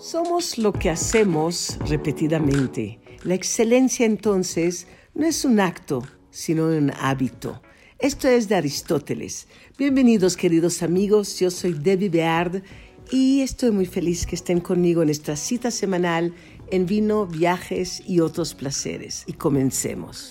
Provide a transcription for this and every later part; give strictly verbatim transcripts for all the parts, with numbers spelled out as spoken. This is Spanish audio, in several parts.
Somos lo que hacemos repetidamente. La excelencia, entonces, no es un acto, sino un hábito. Esto es de Aristóteles. Bienvenidos, queridos amigos. Yo soy Debbie Beard y estoy muy feliz que estén conmigo en esta cita semanal en vino, viajes y otros placeres. Y comencemos.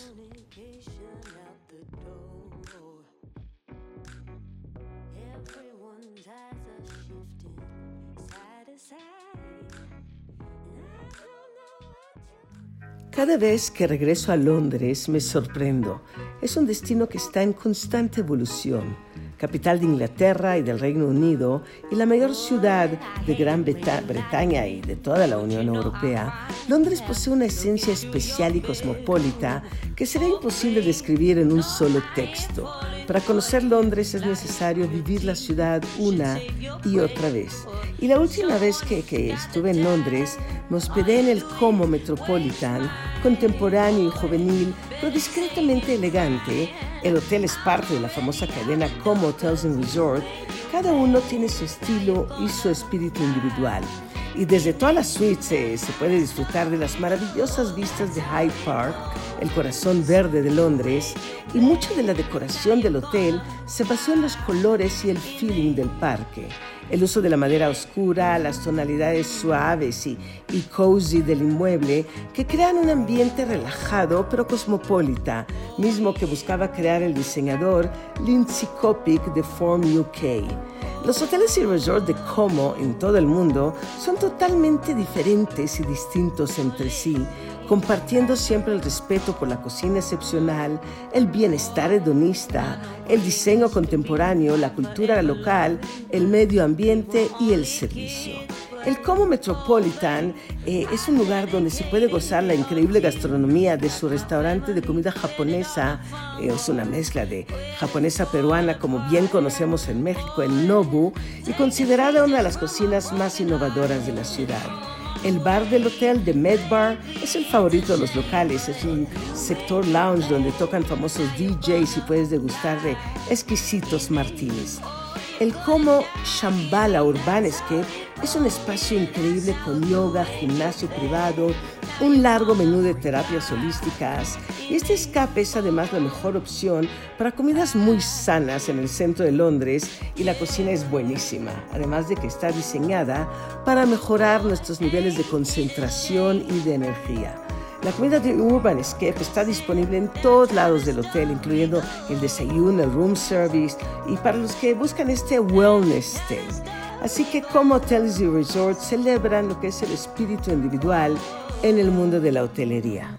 Cada vez que regreso a Londres me sorprendo. Es un destino que está en constante evolución. Capital de Inglaterra y del Reino Unido y la mayor ciudad de Gran Bretaña y de toda la Unión Europea, Londres posee una esencia especial y cosmopolita que sería imposible describir en un solo texto. Para conocer Londres es necesario vivir la ciudad una y otra vez. Y la última vez que, que estuve en Londres, me hospedé en el Como Metropolitan, contemporáneo y juvenil, pero discretamente elegante. El hotel es parte de la famosa cadena Como Hotels and Resort. Cada uno tiene su estilo y su espíritu individual. Y desde todas las suites eh, se puede disfrutar de las maravillosas vistas de Hyde Park, el corazón verde de Londres, y mucho de la decoración del hotel se basó en los colores y el feeling del parque. El uso de la madera oscura, las tonalidades suaves y, y cozy del inmueble que crean un ambiente relajado pero cosmopolita, mismo que buscaba crear el diseñador Lindsay Copic de Form U K. Los hoteles y resorts de Como en todo el mundo son totalmente diferentes y distintos entre sí, compartiendo siempre el respeto por la cocina excepcional, el bienestar hedonista, el diseño contemporáneo, la cultura local, el medio ambiente y el servicio. El Como Metropolitan eh, es un lugar donde se puede gozar la increíble gastronomía de su restaurante de comida japonesa. Eh, es una mezcla de japonesa peruana, como bien conocemos en México, el Nobu, y considerada una de las cocinas más innovadoras de la ciudad. El bar del hotel, The Med Bar, es el favorito de los locales. Es un sector lounge donde tocan famosos D Js y puedes degustar de exquisitos martinis. El Como Shambhala Urbanescape es un espacio increíble con yoga, gimnasio privado, un largo menú de terapias holísticas. Y este escape es además la mejor opción para comidas muy sanas en el centro de Londres y la cocina es buenísima, además de que está diseñada para mejorar nuestros niveles de concentración y de energía. La comida de Urbanescape está disponible en todos lados del hotel, incluyendo el desayuno, el room service y para los que buscan este wellness stay. Así que Como Hotels y Resorts celebran lo que es el espíritu individual en el mundo de la hotelería.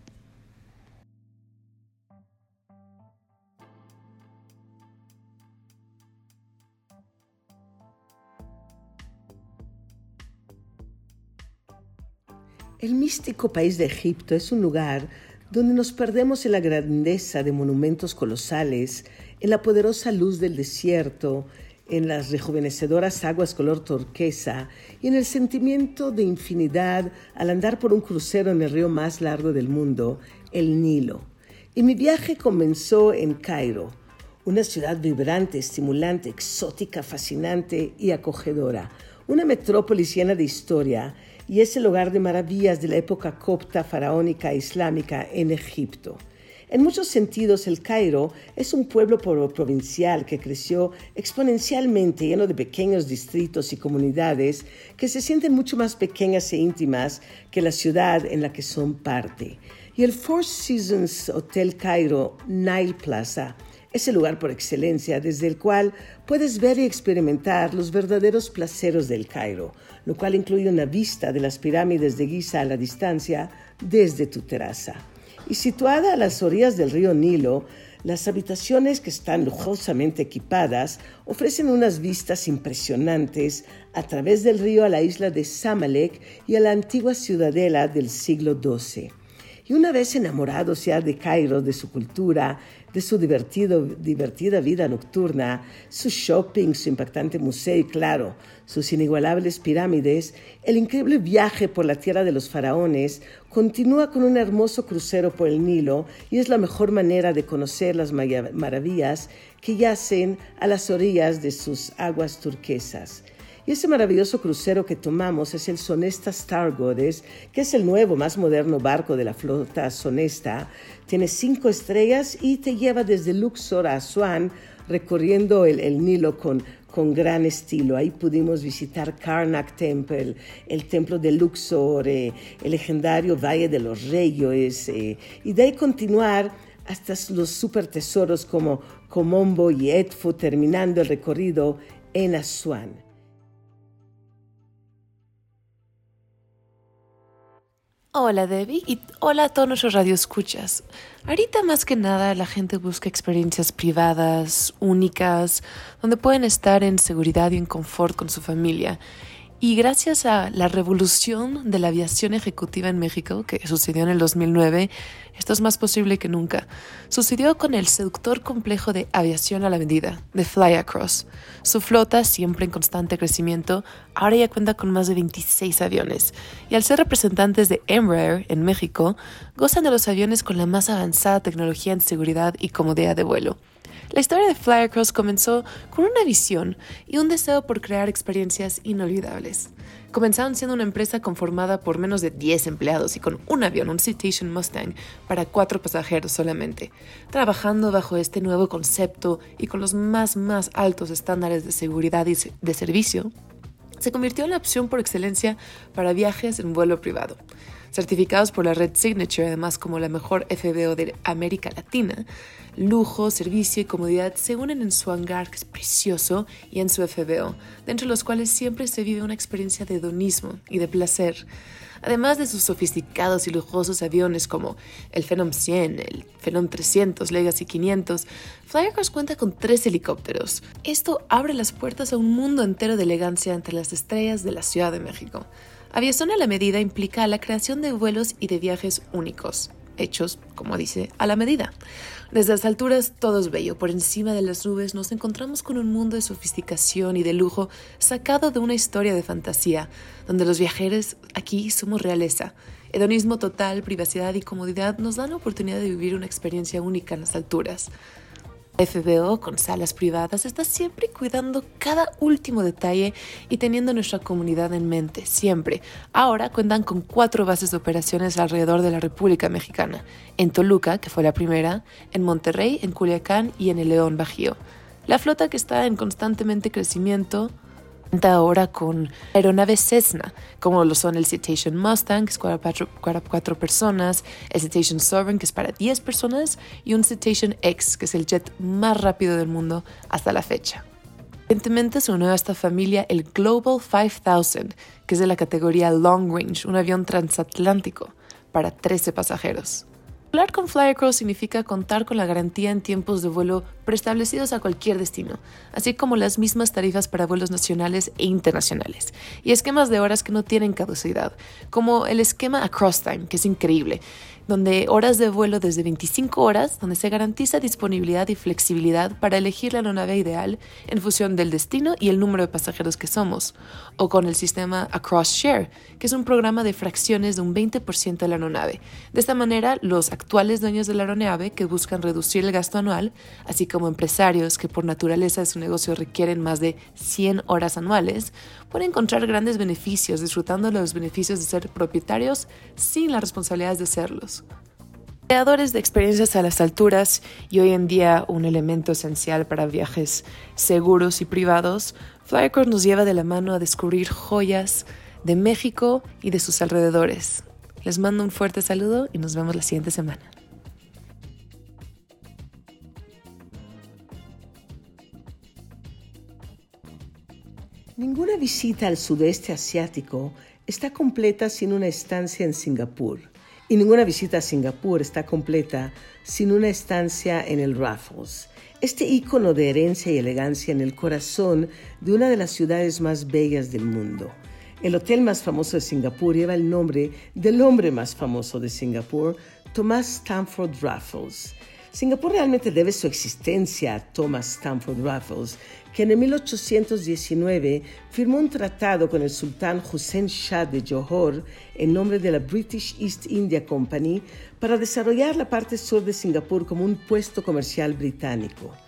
El místico país de Egipto es un lugar donde nos perdemos en la grandeza de monumentos colosales, en la poderosa luz del desierto, en las rejuvenecedoras aguas color turquesa y en el sentimiento de infinidad al andar por un crucero en el río más largo del mundo, el Nilo. Y mi viaje comenzó en Cairo, una ciudad vibrante, estimulante, exótica, fascinante y acogedora, una metrópolis llena de historia y es el hogar de maravillas de la época copta, faraónica e islámica en Egipto. En muchos sentidos, el Cairo es un pueblo provincial que creció exponencialmente, lleno de pequeños distritos y comunidades que se sienten mucho más pequeñas e íntimas que la ciudad en la que son parte. Y el Four Seasons Hotel Cairo Nile Plaza es el lugar por excelencia desde el cual puedes ver y experimentar los verdaderos placeres del Cairo, lo cual incluye una vista de las pirámides de Giza a la distancia desde tu terraza. Y situada a las orillas del río Nilo, las habitaciones que están lujosamente equipadas ofrecen unas vistas impresionantes a través del río a la isla de Zamalek y a la antigua ciudadela del siglo doce. Y una vez enamorados ya de Cairo, de su cultura, de su divertido, divertida vida nocturna, su shopping, su impactante museo y, claro, sus inigualables pirámides, el increíble viaje por la tierra de los faraones continúa con un hermoso crucero por el Nilo y es la mejor manera de conocer las maravillas que yacen a las orillas de sus aguas turquesas. Y Y ese maravilloso crucero que tomamos es el Sonesta Star Goddess, que es el nuevo, más moderno barco de la flota Sonesta. Tiene cinco estrellas y te lleva desde Luxor a Asuán, recorriendo el, el Nilo con, con gran estilo. Ahí pudimos visitar Karnak Temple, el templo de Luxor, eh, el legendario Valle de los Reyes, eh, y de ahí continuar hasta los super tesoros como Komombo y Edfu, terminando el recorrido en Asuán. Hola Debbie y hola a todos nuestros radioescuchas. Ahorita más que nada la gente busca experiencias privadas, únicas, donde pueden estar en seguridad y en confort con su familia. Y gracias a la revolución de la aviación ejecutiva en México, que sucedió en el dos mil nueve, esto es más posible que nunca. Sucedió con el seductor complejo de aviación a la medida, de Flyacross. Su flota, siempre en constante crecimiento, ahora ya cuenta con más de veintiséis aviones. Y al ser representantes de Embraer en México, gozan de los aviones con la más avanzada tecnología en seguridad y comodidad de vuelo. La historia de Flyacross comenzó con una visión y un deseo por crear experiencias inolvidables. Comenzaron siendo una empresa conformada por menos de diez empleados y con un avión, un Citation Mustang, para cuatro pasajeros solamente, trabajando bajo este nuevo concepto y con los más, más altos estándares de seguridad y de servicio. Se convirtió en la opción por excelencia para viajes en vuelo privado. Certificados por la red Signature, además como la mejor F B O de América Latina, lujo, servicio y comodidad se unen en su hangar, que es precioso, y en su F B O, dentro de los cuales siempre se vive una experiencia de hedonismo y de placer. Además de sus sofisticados y lujosos aviones como el Phenom cien, el Phenom trescientos, Legacy quinientos, Flyacross cuenta con tres helicópteros. Esto abre las puertas a un mundo entero de elegancia entre las estrellas de la Ciudad de México. Aviación a la medida implica la creación de vuelos y de viajes únicos, hechos, como dice, a la medida. Desde las alturas todo es bello. Por encima de las nubes nos encontramos con un mundo de sofisticación y de lujo sacado de una historia de fantasía, donde los viajeros aquí somos realeza. Hedonismo total, privacidad y comodidad nos dan la oportunidad de vivir una experiencia única en las alturas. F B O, con salas privadas, está siempre cuidando cada último detalle y teniendo nuestra comunidad en mente, siempre. Ahora cuentan con cuatro bases de operaciones alrededor de la República Mexicana. En Toluca, que fue la primera, en Monterrey, en Culiacán y en el León Bajío. La flota, que está en constantemente crecimiento, cuenta ahora con aeronaves Cessna, como lo son el Citation Mustang, que es para cuatro, para cuatro personas, el Citation Sovereign, que es para diez personas, y un Citation X, que es el jet más rápido del mundo hasta la fecha. Recientemente se unió a esta familia el Global cinco mil, que es de la categoría Long Range, un avión transatlántico para trece pasajeros. Volar con Flyacross significa contar con la garantía en tiempos de vuelo preestablecidos a cualquier destino, así como las mismas tarifas para vuelos nacionales e internacionales, y esquemas de horas que no tienen caducidad, como el esquema Across Time, que es increíble, donde horas de vuelo desde veinticinco horas, donde se garantiza disponibilidad y flexibilidad para elegir la aeronave ideal en función del destino y el número de pasajeros que somos, o con el sistema Across Share, que es un programa de fracciones de un veinte por ciento de la aeronave. De esta manera, los actuales dueños de la aeronave, que buscan reducir el gasto anual, así como empresarios que por naturaleza de su negocio requieren más de cien horas anuales, pueden encontrar grandes beneficios disfrutando de los beneficios de ser propietarios sin las responsabilidades de serlos. Creadores de experiencias a las alturas y hoy en día un elemento esencial para viajes seguros y privados, Flyacross nos lleva de la mano a descubrir joyas de México y de sus alrededores. Les mando un fuerte saludo y nos vemos la siguiente semana. Ninguna visita al sudeste asiático está completa sin una estancia en Singapur. Y ninguna visita a Singapur está completa sin una estancia en el Raffles, este ícono de herencia y elegancia en el corazón de una de las ciudades más bellas del mundo. El hotel más famoso de Singapur lleva el nombre del hombre más famoso de Singapur, Thomas Stamford Raffles. Singapur realmente debe su existencia a Thomas Stamford Raffles, que en mil ochocientos diecinueve firmó un tratado con el sultán Hussein Shah de Johor en nombre de la British East India Company para desarrollar la parte sur de Singapur como un puesto comercial británico.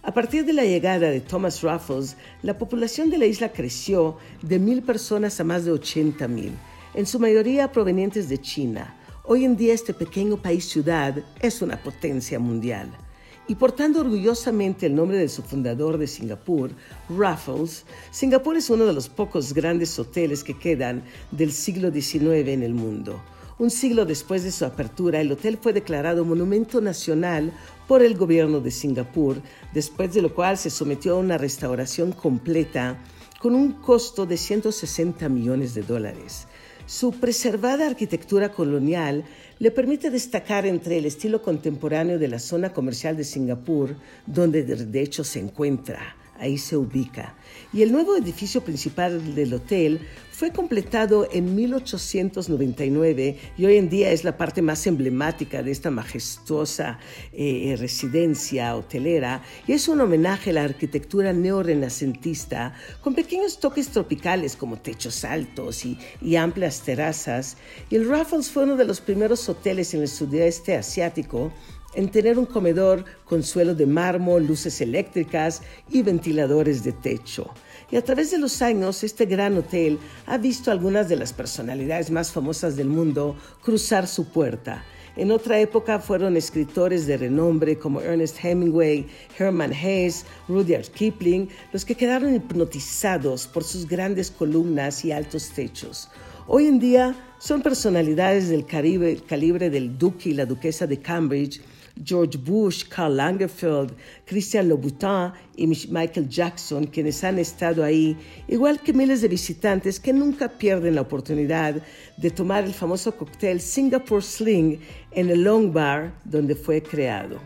A partir de la llegada de Thomas Raffles, la población de la isla creció de mil personas a más de ochenta mil, en su mayoría provenientes de China. Hoy en día este pequeño país-ciudad es una potencia mundial. Y portando orgullosamente el nombre de su fundador de Singapur, Raffles, Singapur es uno de los pocos grandes hoteles que quedan del siglo diecinueve en el mundo. Un siglo después de su apertura, el hotel fue declarado Monumento Nacional por el gobierno de Singapur, después de lo cual se sometió a una restauración completa con un costo de ciento sesenta millones de dólares. Su preservada arquitectura colonial le permite destacar entre el estilo contemporáneo de la zona comercial de Singapur, donde de hecho se encuentra. Ahí se ubica. Y el nuevo edificio principal del hotel fue completado en mil ochocientos noventa y nueve y hoy en día es la parte más emblemática de esta majestuosa eh, residencia hotelera y es un homenaje a la arquitectura neorrenacentista con pequeños toques tropicales como techos altos y, y amplias terrazas. Y el Raffles fue uno de los primeros hoteles en el sudeste asiático en tener un comedor con suelo de mármol, luces eléctricas y ventiladores de techo. Y a través de los años, este gran hotel ha visto a algunas de las personalidades más famosas del mundo cruzar su puerta. En otra época fueron escritores de renombre como Ernest Hemingway, Hermann Hesse, Rudyard Kipling, los que quedaron hipnotizados por sus grandes columnas y altos techos. Hoy en día son personalidades del calibre, calibre del duque y la duquesa de Cambridge, George Bush, Karl Lagerfeld, Christian Louboutin y Michael Jackson, quienes han estado ahí, igual que miles de visitantes que nunca pierden la oportunidad de tomar el famoso cóctel Singapore Sling en el Long Bar donde fue creado.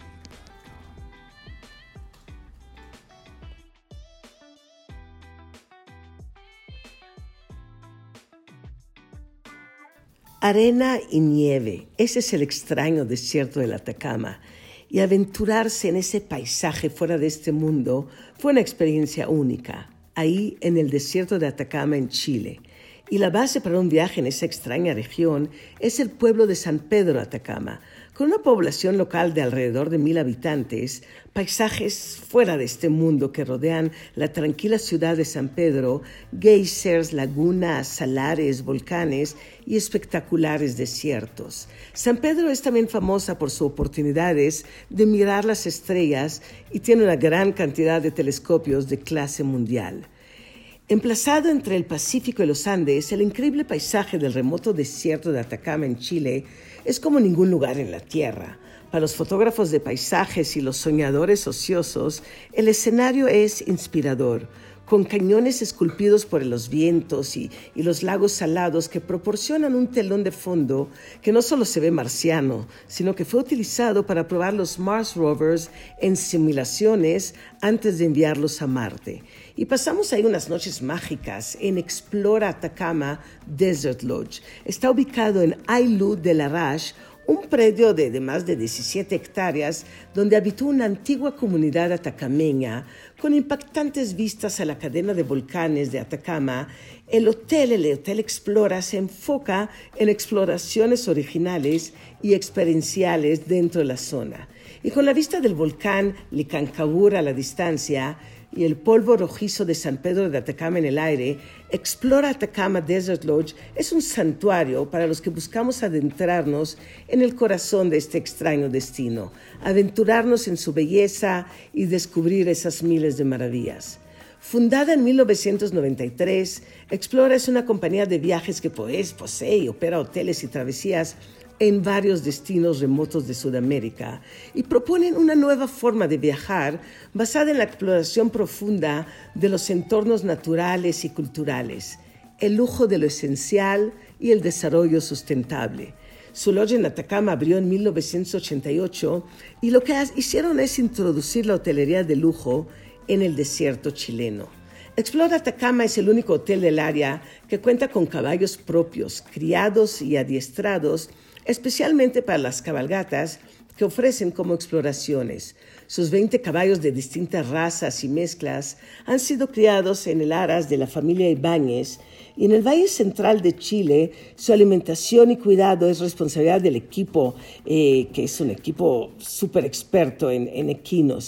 Arena y nieve, ese es el extraño desierto del Atacama. Y aventurarse en ese paisaje fuera de este mundo fue una experiencia única, ahí en el desierto de Atacama en Chile. Y la base para un viaje en esa extraña región es el pueblo de San Pedro Atacama, con una población local de alrededor de mil habitantes, paisajes fuera de este mundo que rodean la tranquila ciudad de San Pedro, geysers, lagunas, salares, volcanes y espectaculares desiertos. San Pedro es también famosa por sus oportunidades de mirar las estrellas y tiene una gran cantidad de telescopios de clase mundial. Emplazado entre el Pacífico y los Andes, el increíble paisaje del remoto desierto de Atacama en Chile es como ningún lugar en la Tierra. Para los fotógrafos de paisajes y los soñadores ociosos, el escenario es inspirador, con cañones esculpidos por los vientos y, y los lagos salados que proporcionan un telón de fondo que no solo se ve marciano, sino que fue utilizado para probar los Mars Rovers en simulaciones antes de enviarlos a Marte. Y pasamos ahí unas noches mágicas en Explora Atacama Desert Lodge. Está ubicado en Ailú de Larrache, un predio de, de más de diecisiete hectáreas donde habitó una antigua comunidad atacameña con impactantes vistas a la cadena de volcanes de Atacama. El hotel, el Hotel Explora, se enfoca en exploraciones originales y experienciales dentro de la zona. Y con la vista del volcán Licancabur a la distancia y el polvo rojizo de San Pedro de Atacama en el aire, Explora Atacama Desert Lodge es un santuario para los que buscamos adentrarnos en el corazón de este extraño destino, aventurarnos en su belleza y descubrir esas miles de maravillas. Fundada en mil novecientos noventa y tres, Explora es una compañía de viajes que pues, posee y opera hoteles y travesías en varios destinos remotos de Sudamérica y proponen una nueva forma de viajar basada en la exploración profunda de los entornos naturales y culturales, el lujo de lo esencial y el desarrollo sustentable. Su lodge en Atacama abrió en mil novecientos ochenta y ocho y lo que hicieron es introducir la hotelería de lujo en el desierto chileno. Explora Atacama es el único hotel del área que cuenta con caballos propios, criados y adiestrados especialmente para las cabalgatas que ofrecen como exploraciones. Sus veinte caballos de distintas razas y mezclas han sido criados en el aras de la familia Ibáñez y en el Valle Central de Chile su alimentación y cuidado es responsabilidad del equipo, eh, que es un equipo súper experto en, en equinos.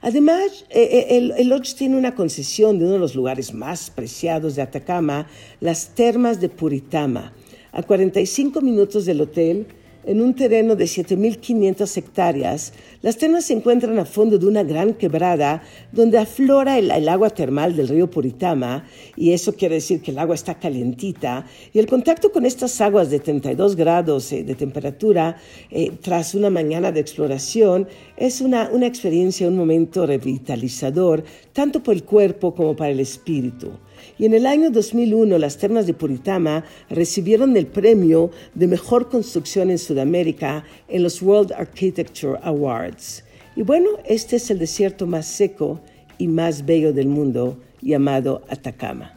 Además, eh, el, el lodge tiene una concesión de uno de los lugares más preciados de Atacama, las Termas de Puritama, a cuarenta y cinco minutos del hotel, en un terreno de siete mil quinientas hectáreas. Las termas se encuentran a fondo de una gran quebrada donde aflora el, el agua termal del río Puritama, y eso quiere decir que el agua está calientita, y el contacto con estas aguas de treinta y dos grados eh, de temperatura eh, tras una mañana de exploración es una, una experiencia, un momento revitalizador tanto por el cuerpo como para el espíritu. Y en el año dos mil uno, las termas de Puritama recibieron el premio de mejor construcción en Sudamérica en los World Architecture Awards. Y bueno, este es el desierto más seco y más bello del mundo, llamado Atacama.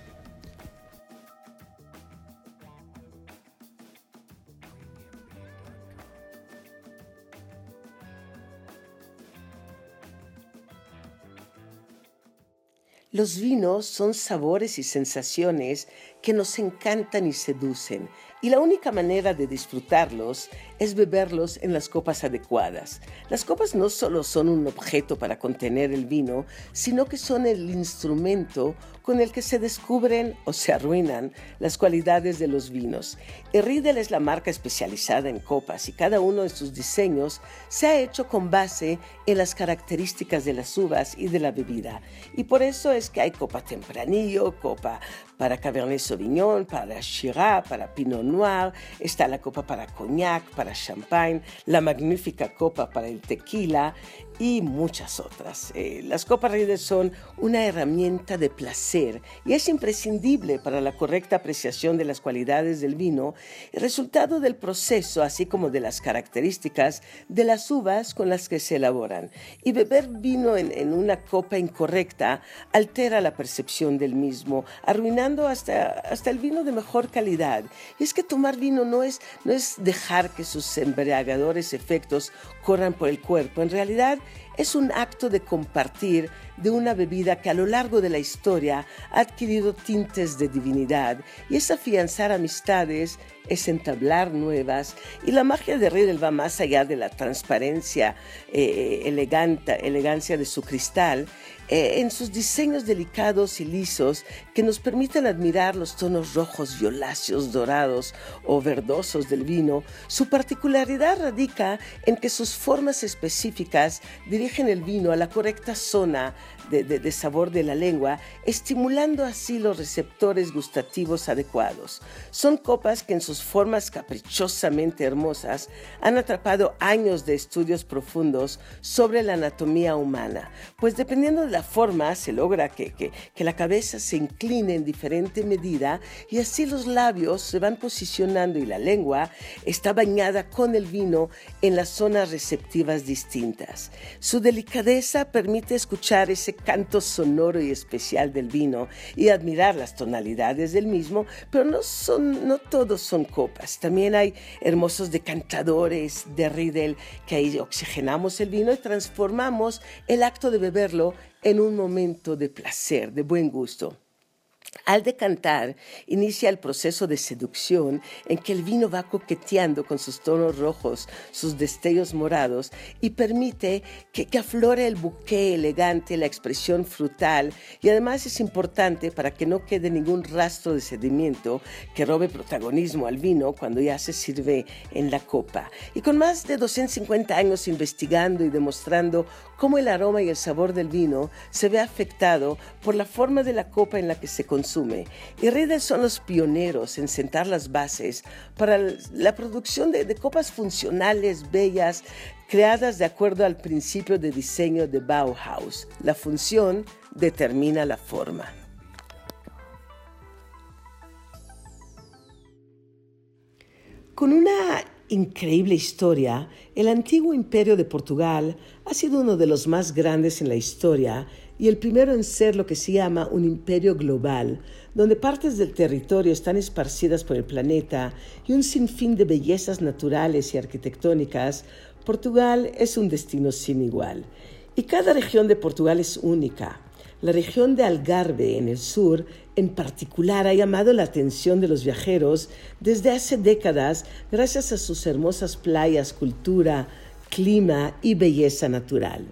Los vinos son sabores y sensaciones que nos encantan y seducen, y la única manera de disfrutarlos es beberlos en las copas adecuadas. Las copas no solo son un objeto para contener el vino, sino que son el instrumento con el que se descubren o se arruinan las cualidades de los vinos. Y Riedel es la marca especializada en copas, y cada uno de sus diseños se ha hecho con base en las características de las uvas y de la bebida. Y por eso es que hay copa Tempranillo, copa para Cabernet Sauvignon, para Shiraz, para Pinot Noir, está la copa para Cognac, para Champagne, la magnífica copa para el tequila y muchas otras. Eh, las copas Riedel son una herramienta de placer y es imprescindible para la correcta apreciación de las cualidades del vino, el resultado del proceso, así como de las características de las uvas con las que se elaboran. Y beber vino en, en una copa incorrecta altera la percepción del mismo, arruinando hasta, hasta el vino de mejor calidad. Y es que tomar vino no es, no es dejar que sus embriagadores efectos corran por el cuerpo. En realidad, es un acto de compartir de una bebida que a lo largo de la historia ha adquirido tintes de divinidad, y es afianzar amistades, es entablar nuevas, y la magia de Riedel va más allá de la transparencia, eh, elegante, elegancia de su cristal, eh, en sus diseños delicados y lisos que nos permiten admirar los tonos rojos, violáceos, dorados o verdosos del vino. Su particularidad radica en que sus formas específicas dirigen el vino a la correcta zona de, de, de sabor de la lengua, estimulando así los receptores gustativos adecuados. Son copas que en sus formas caprichosamente hermosas han atrapado años de estudios profundos sobre la anatomía humana, pues dependiendo de la forma se logra que, que, que la cabeza se incline en diferente medida, y así los labios se van posicionando y la lengua está bañada con el vino en las zonas receptivas distintas. Su delicadeza permite escuchar ese canto sonoro y especial del vino y admirar las tonalidades del mismo, pero no, son, no todos son copas. También hay hermosos decantadores de Riedel que ahí oxigenamos el vino y transformamos el acto de beberlo en un momento de placer, de buen gusto. Al decantar, inicia el proceso de seducción en que el vino va coqueteando con sus tonos rojos, sus destellos morados, y permite que, que aflore el buqué elegante, la expresión frutal, y además es importante para que no quede ningún rastro de sedimento que robe protagonismo al vino cuando ya se sirve en la copa. Y con más de doscientos cincuenta años investigando y demostrando cómo el aroma y el sabor del vino se ve afectado por la forma de la copa en la que se consume. Y Riedel son los pioneros en sentar las bases para la producción de, de copas funcionales, bellas, creadas de acuerdo al principio de diseño de Bauhaus. La función determina la forma. Con una increíble historia, el antiguo imperio de Portugal ha sido uno de los más grandes en la historia y el primero en ser lo que se llama un imperio global, donde partes del territorio están esparcidas por el planeta y un sinfín de bellezas naturales y arquitectónicas. Portugal es un destino sin igual. Y cada región de Portugal es única. La región de Algarve, en el sur, en particular, ha llamado la atención de los viajeros desde hace décadas gracias a sus hermosas playas, cultura, clima y belleza natural.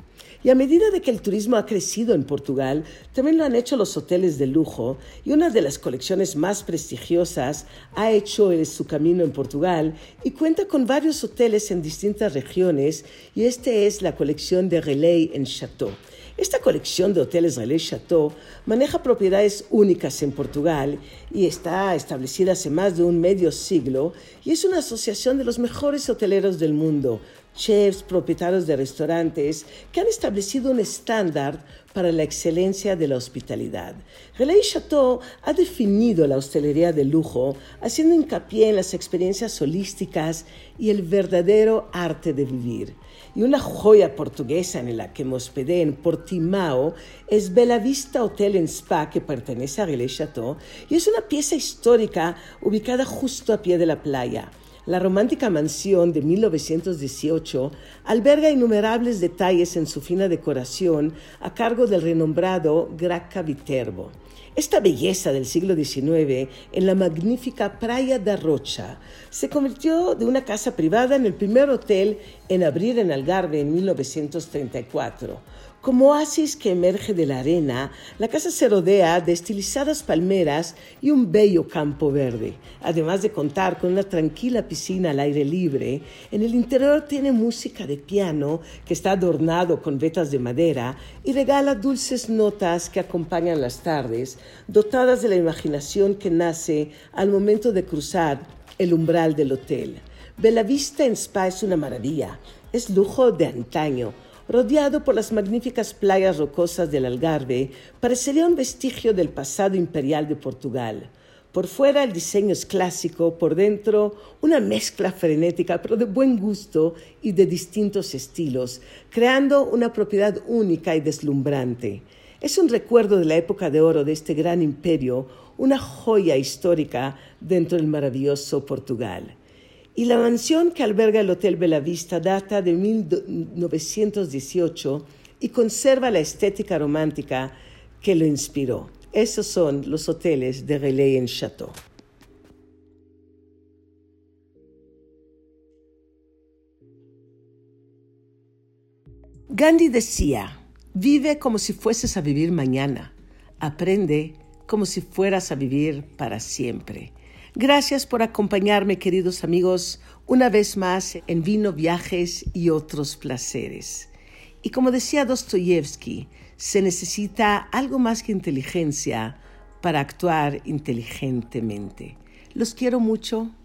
Y a medida de que el turismo ha crecido en Portugal, también lo han hecho los hoteles de lujo, y una de las colecciones más prestigiosas ha hecho su camino en Portugal y cuenta con varios hoteles en distintas regiones, y esta es la colección de Relais en Chateau. Esta colección de hoteles Relais Chateau maneja propiedades únicas en Portugal y está establecida hace más de un medio siglo, y es una asociación de los mejores hoteleros del mundo, chefs, propietarios de restaurantes que han establecido un estándar para la excelencia de la hospitalidad. Relais Chateau ha definido la hostelería de lujo, haciendo hincapié en las experiencias holísticas y el verdadero arte de vivir. Y una joya portuguesa en la que me hospedé en Portimao es Bela Vista Hotel and Spa, que pertenece a Relais Chateau, y es una pieza histórica ubicada justo a pie de la playa. La romántica mansión de mil novecientos dieciocho alberga innumerables detalles en su fina decoración a cargo del renombrado Graca Viterbo. Esta belleza del siglo diecinueve en la magnífica Praia da Rocha se convirtió de una casa privada en el primer hotel en abrir en Algarve en mil novecientos treinta y cuatro. Como oasis que emerge de la arena, la casa se rodea de estilizadas palmeras y un bello campo verde. Además de contar con una tranquila piscina al aire libre, en el interior tiene música de piano que está adornado con vetas de madera y regala dulces notas que acompañan las tardes, dotadas de la imaginación que nace al momento de cruzar el umbral del hotel. Bela Vista en Spa es una maravilla, es lujo de antaño. Rodeado por las magníficas playas rocosas del Algarve, parecería un vestigio del pasado imperial de Portugal. Por fuera el diseño es clásico, por dentro una mezcla frenética, pero de buen gusto y de distintos estilos, creando una propiedad única y deslumbrante. Es un recuerdo de la época de oro de este gran imperio, una joya histórica dentro del maravilloso Portugal. Y la mansión que alberga el Hotel Bela Vista data de mil novecientos dieciocho y conserva la estética romántica que lo inspiró. Esos son los hoteles de Relais en Chateau. Gandhi decía, vive como si fueses a vivir mañana. Aprende como si fueras a vivir para siempre. Gracias por acompañarme, queridos amigos, una vez más en Vino, Viajes y Otros Placeres. Y como decía Dostoyevsky, se necesita algo más que inteligencia para actuar inteligentemente. Los quiero mucho.